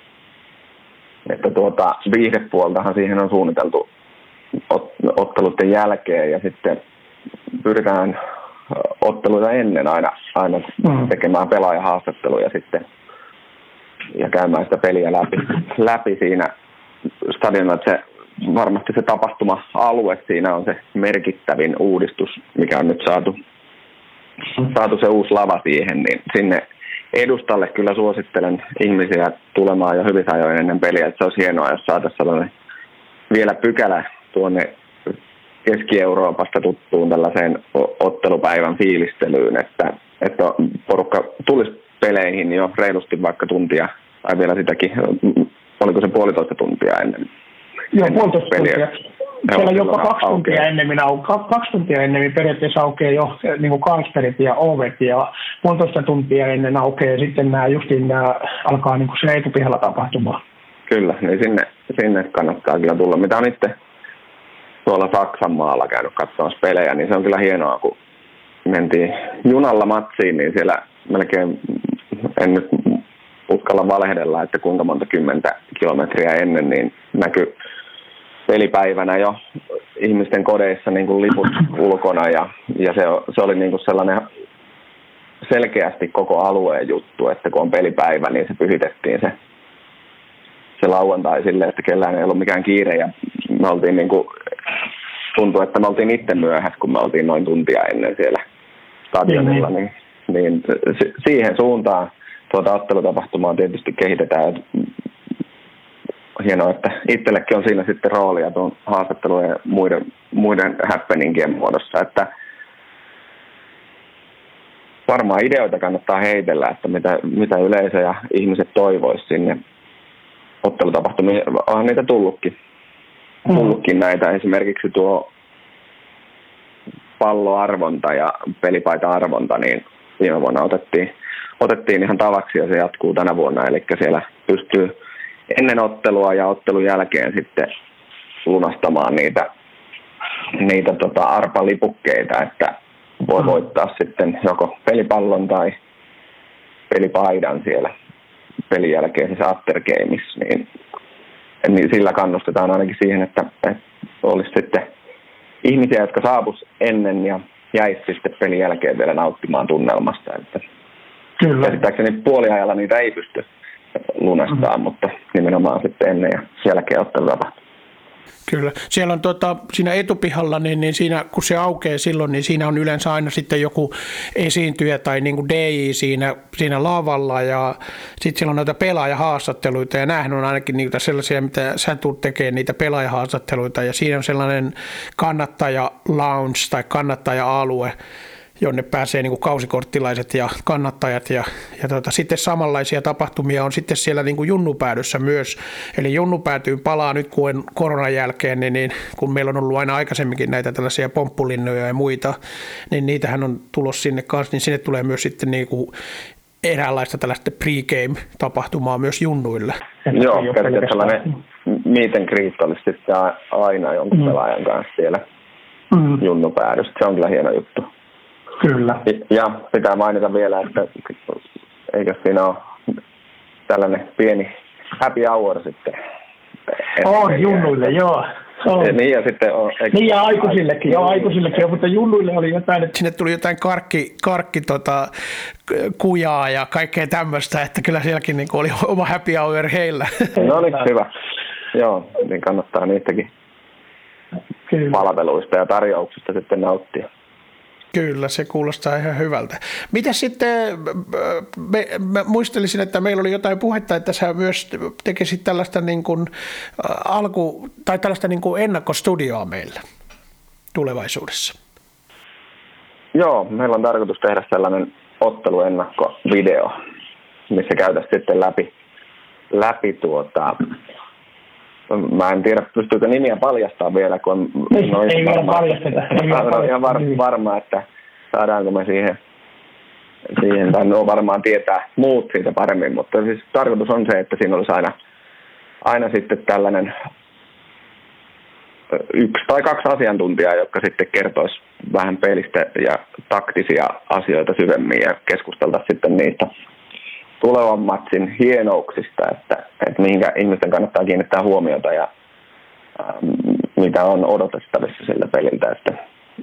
S2: että tuota, viihdepuoltahan siihen on suunniteltu ot, otteluiden jälkeen ja sitten pyritään otteluita ennen aina, aina mm. tekemään pelaajahaastatteluja sitten ja käymään sitä peliä läpi, läpi siinä stadionilla, että se, varmasti se tapahtuma-alue siinä on se merkittävin uudistus, mikä on nyt saatu, saatu se uusi lava siihen, niin sinne edustalle kyllä suosittelen ihmisiä tulemaan jo hyvissä ajoin ennen peliä, että se olisi hienoa, jos saataisiin sellainen vielä pykälä tuonne Keski-Euroopasta tuttuun tällaiseen ottelupäivän fiilistelyyn, että, että porukka tulisi peleihin jo reilusti vaikka tuntia, tai vielä sitäkin, oliko se puolitoista tuntia ennen?
S3: Joo, puolitoista tuntia. Siellä jopa kaksi tuntia ennemmin, kaksi tuntia ennemmin periaatteessa aukeaa jo niin kuin Carlsbergit ja Ovet, ja puolitoista tuntia ennen aukeaa sitten nämä justiin nämä alkaa niin kuin se etupihalla tapahtumaan.
S2: Kyllä, niin sinne, sinne kannattaa kyllä tulla. Mitä on itse tuolla Saksan maalla käynyt katsomassa pelejä, niin se on kyllä hienoa, kun mentiin junalla matsiin, niin siellä melkein, en nyt uskalla valehdella, että kuinka monta kymmentä kilometriä ennen, niin näkyi pelipäivänä jo ihmisten kodeissa niin kuin liput ulkona, ja, ja se, se oli niin kuin sellainen selkeästi koko alueen juttu, että kun on pelipäivä, niin se pyhitettiin se, se lauantai silleen, että kellään ei ollut mikään kiire, ja me oltiin niin kuin, tuntui, että me oltiin itse myöhässä, kun me oltiin noin tuntia ennen siellä stadionilla, niin, niin siihen suuntaan tuota ottelutapahtumaa tietysti kehitetään. Hienoa, että itsellekin on siinä sitten roolia tuon haastattelun ja muiden, muiden happeningien muodossa, että varmaan ideoita kannattaa heitellä, että mitä, mitä yleisö ja ihmiset toivoisi sinne ottelutapahtumiin. Onhan niitä tullutkin, tullutkin näitä, esimerkiksi tuo palloarvonta ja pelipaita-arvonta, niin viime vuonna otettiin, otettiin ihan tavaksi ja se jatkuu tänä vuonna, eli siellä pystyy ennen ottelua ja ottelun jälkeen sitten lunastamaan niitä, niitä tota arpalipukkeita, että voi voittaa sitten joko pelipallon tai pelipaidan siellä pelin jälkeisessä after gameissa, niin, niin sillä kannustetaan ainakin siihen, että, että olisi sitten ihmisiä, jotka saapus ennen ja jäisi sitten pelin jälkeen vielä nauttimaan tunnelmasta. Että
S3: Kyllä.
S2: Käsittääkseni puoliajalla niitä ei pysty lunastaa, mm. mutta nimenomaan sitten ennen ja jälkeen ottelu tapahtuu.
S1: Kyllä. Siellä on tuota, siinä etupihalla, niin, niin siinä, kun se aukeaa silloin, niin siinä on yleensä aina sitten joku esiintyjä tai niin kuin D J siinä, siinä lavalla, ja sitten siellä on noita pelaajahaastatteluita, ja näähän on ainakin niitä sellaisia, mitä sä tulet tekemään, niitä pelaajahaastatteluita, ja siinä on sellainen kannattaja-lounge tai kannattaja-alue, jonne pääsee niin kuin kausikorttilaiset ja kannattajat, ja, ja tota, sitten samanlaisia tapahtumia on sitten siellä niin kuin junnupäädyssä myös, eli junnupäätyyn palaa nyt kun koronan jälkeen, niin, niin kun meillä on ollut aina aikaisemminkin näitä tällaisia pomppulinnoja ja muita, niin niitähän on tulossa sinne kanssa, niin sinne tulee myös sitten niin kuin eräänlaista tällaista pregame-tapahtumaa myös junnuille.
S2: Joo, kertaa sellainen meet and greet olisi sitten aina jonkun mm. pelaajan kanssa siellä mm. junnupäädyssä, se on kyllä hieno juttu.
S3: Kyllä.
S2: Ja pitää mainita vielä, että eikö siinä ole tällainen pieni happy hour sitten?
S3: On, junnuille, joo. On.
S2: Ja niin ja sitten on...
S3: Niin ja aikuisillekin, joo, aikuisillekin, mutta junnuille oli jotain, että...
S1: Sinne tuli jotain karkki, karkki tota, kujaa ja kaikkea tämmöistä, että kyllä sielläkin niin oli oma happy hour heillä.
S2: No niin, hyvä. Joo, niin kannattaa niistäkin kyllä. palveluista ja tarjouksista sitten nauttia.
S1: Kyllä, se kuulostaa ihan hyvältä. Mitäs sitten, me, mä muistelisin, että meillä oli jotain puhetta, että sä myös tekisit tällaista niin kuin alku, tai tällaista niin kuin ennakkostudioa meillä tulevaisuudessa.
S2: Joo, meillä on tarkoitus tehdä sellainen otteluennakkovideo, missä käytäisiin sitten läpi, läpi tuota mä en tiedä, pystyykö nimiä paljastamaan vielä, kun on,
S3: ei, no, ei vielä paljasteta.
S2: On ihan var, varma, että saadaanko me siihen, siihen, tai no varmaan tietää muut siitä paremmin, mutta siis tarkoitus on se, että siinä olisi aina, aina sitten tällainen yksi tai kaksi asiantuntijaa, jotka sitten kertoisi vähän pelistä ja taktisia asioita syvemmin ja keskusteltaisiin sitten niistä tulevan matsin hienouksista, että, että mihinkä ihmisten kannattaa kiinnittää huomiota ja ähm, mitä on odotettavissa sillä peliltä. Että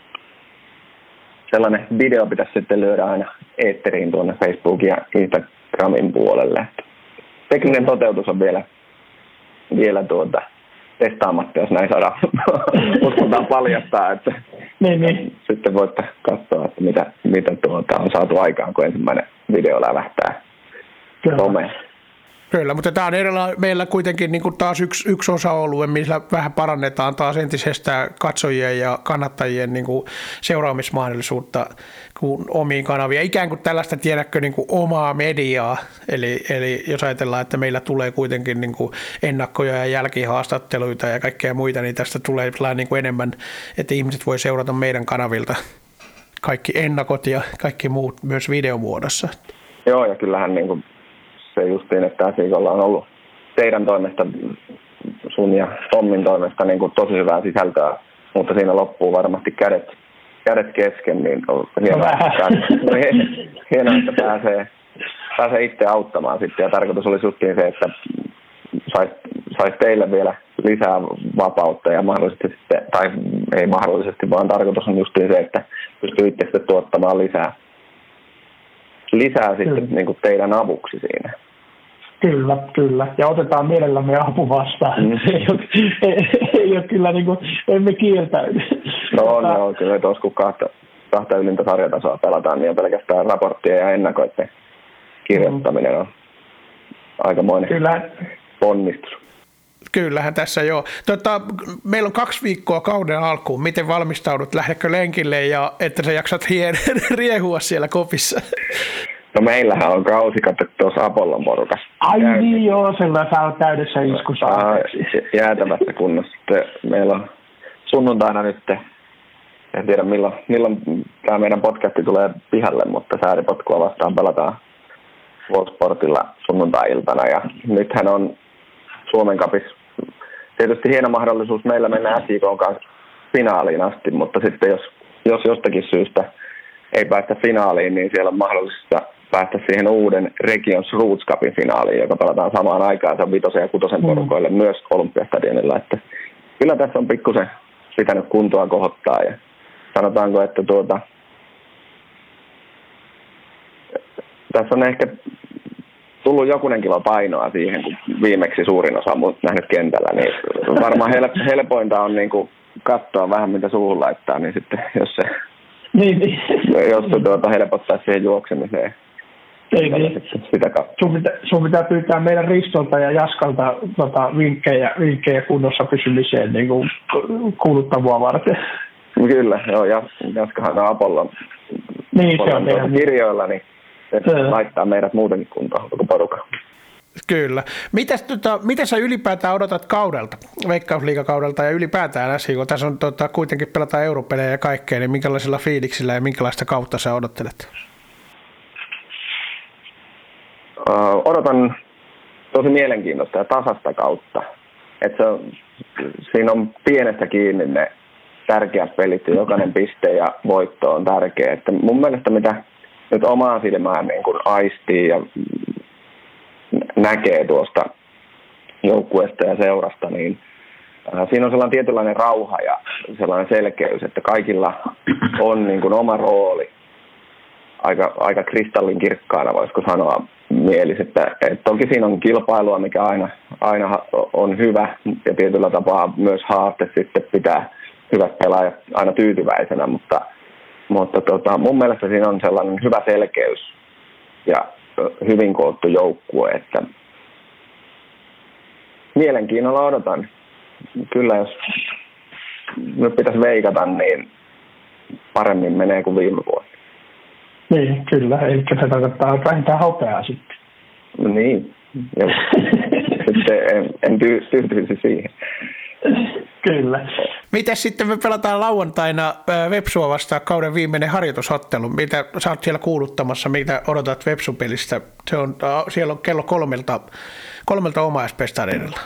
S2: sellainen video pitäisi sitten lyödä aina eetteriin tuonne Facebookin ja Instagramin puolelle. Että tekninen toteutus on vielä, vielä tuota, testaamatta, jos näin saadaan uskaltaa paljastaa. Että
S3: niin, niin.
S2: Sitten voitte katsoa, että mitä, mitä tuota on saatu aikaan, kun ensimmäinen video lävähtää someen.
S1: Kyllä, mutta tämä on edellä meillä kuitenkin niin kuin taas yksi, yksi osa-alue, millä vähän parannetaan taas entisestään katsojien ja kannattajien niin kuin seuraamismahdollisuutta kuin omiin kanaviin. Ikään kuin tällaista tiedätkö niin kuin omaa mediaa, eli, eli jos ajatellaan, että meillä tulee kuitenkin niin kuin ennakkoja ja jälkihaastatteluita ja kaikkea muita, niin tästä tulee niin kuin enemmän, että ihmiset voi seurata meidän kanavilta kaikki ennakot ja kaikki muut myös videomuodossa.
S2: Joo, ja kyllähän niin kuin se justiin, että tässä viikolla on ollut teidän toimesta, sun ja Tommin toimesta niin kuin tosi hyvää sisältöä, mutta siinä loppuu varmasti kädet, kädet kesken, niin on hienoa, että, hienoa, että pääsee, pääsee itse auttamaan sitten. Ja tarkoitus oli justiin se, että saisi sais teille vielä lisää vapautta ja mahdollisesti sitten, tai ei mahdollisesti, vaan tarkoitus on justiin se, että pystyy itse sitten tuottamaan lisää. Lisää sitten niin kuin teidän avuksi siinä.
S3: Kyllä, kyllä. Ja otetaan mielellämme apu vastaan. Mm. ei, ole, ei, ei ole kyllä niin kuin, emme kieltäydy.
S2: No on, tota... no, kyllä tuossa kun kahta, kahta ylintä sarjatasoa pelataan, niin on pelkästään raporttia ja ennakoiden kirjoittaminen on aikamoinen kyllä. ponnistus.
S1: Kyllähän tässä joo. Tota, meillä on kaksi viikkoa kauden alkuun. Miten valmistaudut? Lähdekö lenkille ja että sä jaksat hien, riehua siellä kopissa?
S2: No meillähän on kausi katsottu tuossa Apollon porukassa.
S3: Ai Jäätä. Niin joo, sellainen saa täydessä iskussa.
S2: Jäätävässä kunnossa. Meillä on sunnuntaina nyt, en tiedä milloin, milloin tämä meidän podcasti tulee pihalle, mutta sääripotkua vastaan pelataan Sportilla sunnuntai-iltana. Ja nythän on Suomen Cupissa tietysti hieno mahdollisuus meillä mennä S J K:n kanssa finaaliin asti, mutta sitten jos, jos jostakin syystä ei päästä finaaliin, niin siellä on mahdollista päästä siihen uuden Regions Roots Cupin finaaliin, joka pelataan samaan aikaan. Se on vitosen ja kutosen porukoille mm. myös Olympiastadionilla. Että kyllä tässä on pikkusen pitänyt kuntoa kohottaa ja sanotaanko, että tuota, tässä on ehkä tullut jokunen kilo painoa siihen, kun viimeksi suurin osa on nähnyt kentällä, niin varmaan helpointa on niin kuin katsoa vähän, mitä suuhun laittaa, niin sitten jos se,
S3: niin, niin.
S2: Jos se tuota, helpottaa siihen juoksemiseen.
S3: Ei, niin.
S2: Sitä sun,
S3: pitää, sun pitää pyytää meidän Ristolta ja Jaskalta tota, vinkkejä, vinkkejä kunnossa pysymiseen niin kuin kuuluttavua varten.
S2: Kyllä, joo, Jaskahan on Apollon,
S3: niin,
S2: Apollon
S3: se on
S2: kirjoilla, niin se laittaa meidät muutenkin kuntoon koko porukka.
S1: Kyllä. Mitäs, tota, mitä sä ylipäätään odotat kaudelta, Veikkausliigakaudelta ja ylipäätään S J K? Tässä on tota, kuitenkin pelataan europelejä ja kaikkea, niin minkälaisilla fiiliksillä ja minkälaista kautta sä odottelet?
S2: Uh, odotan tosi mielenkiintoista ja tasasta kautta. Et se on, siinä on pienestä kiinni ne tärkeät pelit ja jokainen piste ja voitto on tärkeä. Että mun mielestä mitä nyt omaan silmään niin kun aistii ja näkee tuosta joukkueesta ja seurasta, niin äh, siinä on sellainen tietynlainen rauha ja sellainen selkeys, että kaikilla on niin kun oma rooli aika, aika kristallin kirkkaana, voisiko sanoa mielis, että et toki siinä on kilpailua, mikä aina, aina on hyvä ja tietyllä tapaa myös haaste sitten pitää hyvät pelaajat aina tyytyväisenä, mutta, mutta tota, mun mielestä siinä on sellainen hyvä selkeys ja hyvin koottu joukkue, että mielenkiinnolla odotan. Kyllä jos nyt pitäisi veikata, niin paremmin menee kuin viime vuonna.
S3: Niin, kyllä. Eli se tarkoittaa vähintään hopeaa sitten.
S2: No niin. sitten en, en tyytyisi siihen.
S3: Kyllä.
S1: Miten sitten me pelataan lauantaina Vepsua vastaan kauden viimeinen harjoitusottelu? Mitä sä oot siellä kuuluttamassa, mitä odotat Vepsupelistä? Se on, siellä on kello kolmelta, kolmelta omaespestareilla.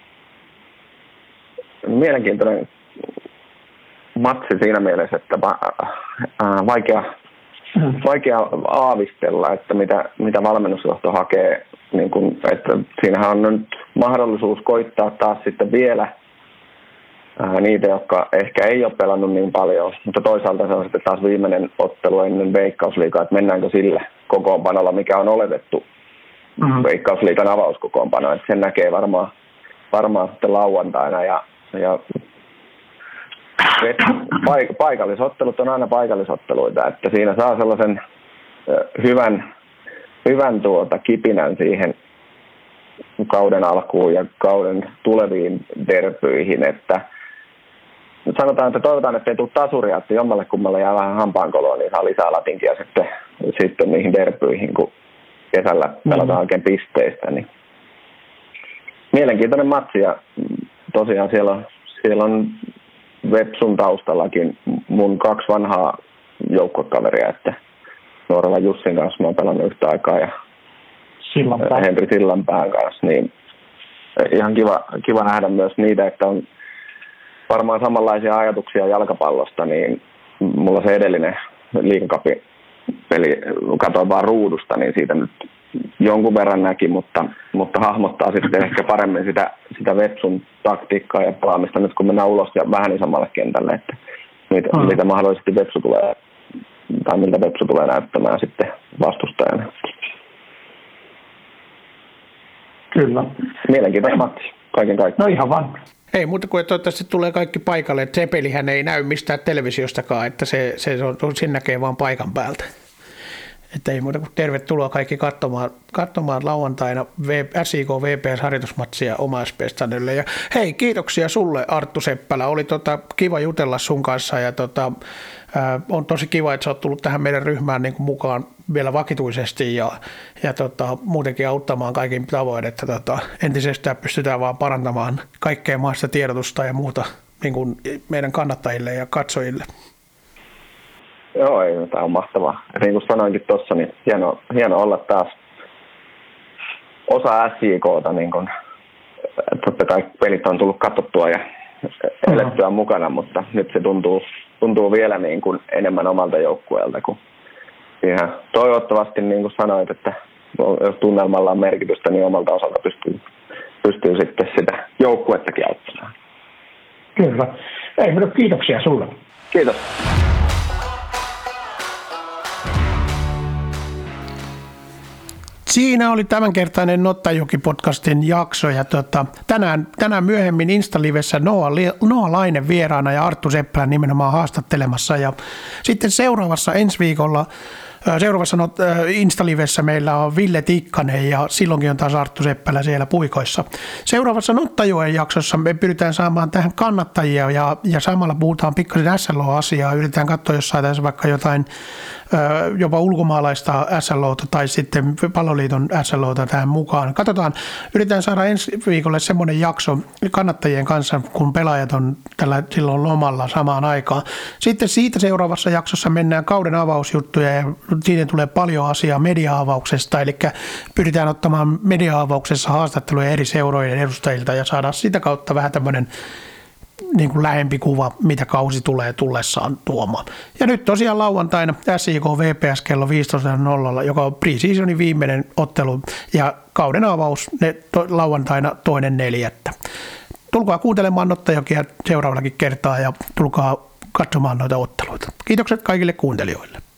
S2: Mielenkiintoinen matsi siinä mielessä, että vaikea, vaikea aavistella, että mitä, mitä valmennusjohto hakee. Niin kun, että siinähän on nyt mahdollisuus koittaa taas sitten vielä niitä, jotka ehkä ei ole pelannut niin paljon, mutta toisaalta se on sitten taas viimeinen ottelu ennen Veikkausliigaa, että mennäänkö sillä kokoonpanolla, mikä on oletettu mm-hmm. Veikkausliigan avauskokoonpano, että sen näkee varmaan, varmaan sitten lauantaina ja, ja paik- paikallisottelut on aina paikallisotteluita, että siinä saa sellaisen hyvän, hyvän tuota kipinän siihen kauden alkuun ja kauden tuleviin derbyihin, että sanotaan, että toivotaan, että ei tule tasuria, että jommalle kummalle jää vähän hampaankoloon, niin saa lisää latinkia sitten, sitten niihin derbyihin, kun kesällä pelataan oikein pisteistä. Niin. Mielenkiintoinen matsi ja tosiaan siellä on, siellä on Vepsun taustallakin mun kaksi vanhaa joukkuekaveria, että nuorella Jussin kanssa mä oon pelannut yhtä aikaa ja
S3: Sillanpää.
S2: Henri Sillanpään kanssa, niin ihan kiva, kiva nähdä myös niitä, että on varmaan samanlaisia ajatuksia jalkapallosta, niin mulla se edellinen liigacupin peli, katsoin vaan ruudusta, niin siitä nyt jonkun verran näki, mutta, mutta hahmottaa sitten ehkä paremmin sitä, sitä Vepsun taktiikkaa ja pelaamista nyt kun mennään ulos ja vähän isommalle kentälle, että mitä, hmm. mitä mahdollisesti Vepsu tulee, tai miltä Vepsu tulee näyttämään sitten vastustajana.
S3: Kyllä.
S2: Mielenkiintoinen matsi, kaiken kaikkiaan.
S3: No ihan vaan.
S1: Ei muuta kuin, että toivottavasti tulee kaikki paikalle, että se pelihän ei näy mistään televisiostakaan, että se, se on, sen näkee vaan paikan päältä. Että ei muuta kuin tervetuloa kaikki katsomaan, katsomaan lauantaina S I K V P S-harjoitusmatsia omaespestadelle. Ja hei, kiitoksia sulle Arttu Seppälä, oli tota, kiva jutella sun kanssa ja tota, ää, on tosi kiva, että sä oot tullut tähän meidän ryhmään niin kuin mukaan vielä vakituisesti ja, ja tota, muutenkin auttamaan kaikin tavoin, että tota, entisestään pystytään vaan parantamaan kaikkea maasta tiedotusta ja muuta niin kuin meidän kannattajille ja katsojille.
S2: Joo, ei, tämä on mahtavaa. Niin kuin sanoinkin tuossa, niin hieno, hieno olla taas osa S J K:ta. Niin kun, totta kai pelit on tullut katsottua ja elettyä mm-hmm. mukana, mutta nyt se tuntuu, tuntuu vielä niin kuin enemmän omalta joukkueelta. Kun ihan toivottavasti, niin kuin sanoit, että jos tunnelmalla on merkitystä, niin omalta osalta pystyy, pystyy sitten sitä joukkuettakin auttamaan.
S3: Kyllä. Ei, mutta kiitoksia sulle.
S2: Kiitos.
S1: Siinä oli tämänkertainen Nottajoki-podcastin jakso ja tota, tänään, tänään myöhemmin Insta-livessä Noa, Noa Laine vieraana ja Arttu Seppälä nimenomaan haastattelemassa ja sitten seuraavassa ensi viikolla Seuraavassa Insta-livessä meillä on Ville Tikkanen ja silloinkin on taas Arttu Seppälä siellä puikoissa. Seuraavassa Nottajoen jaksossa me pyritään saamaan tähän kannattajia ja, ja samalla puhutaan pikkasen S L O-asiaa. Yritetään katsoa, jos saataisiin vaikka jotain jopa ulkomaalaista S L O:ta tai sitten Palloliiton S L O:ta tähän mukaan. Katsotaan, yritetään saada ensi viikolle semmoinen jakso kannattajien kanssa, kun pelaajat on tällä silloin lomalla samaan aikaan. Sitten siitä seuraavassa jaksossa mennään kauden avausjuttuja ja siinä tulee paljon asiaa media-avauksesta, eli pyritään ottamaan media-avauksessa haastatteluja eri seurojen edustajilta ja saada sitä kautta vähän tämmöinen niin kuin lähempi kuva, mitä kausi tulee tullessaan tuomaan. Ja nyt tosiaan lauantaina S I K V P S kello viisitoista nolla nolla, joka on pre-seasonin viimeinen ottelu ja kauden avaus ne to, lauantaina toinen neljättä. Tulkaa kuuntelemaan Nottajokia seuraavallakin kertaa ja tulkaa katsomaan noita otteluita. Kiitokset kaikille kuuntelijoille.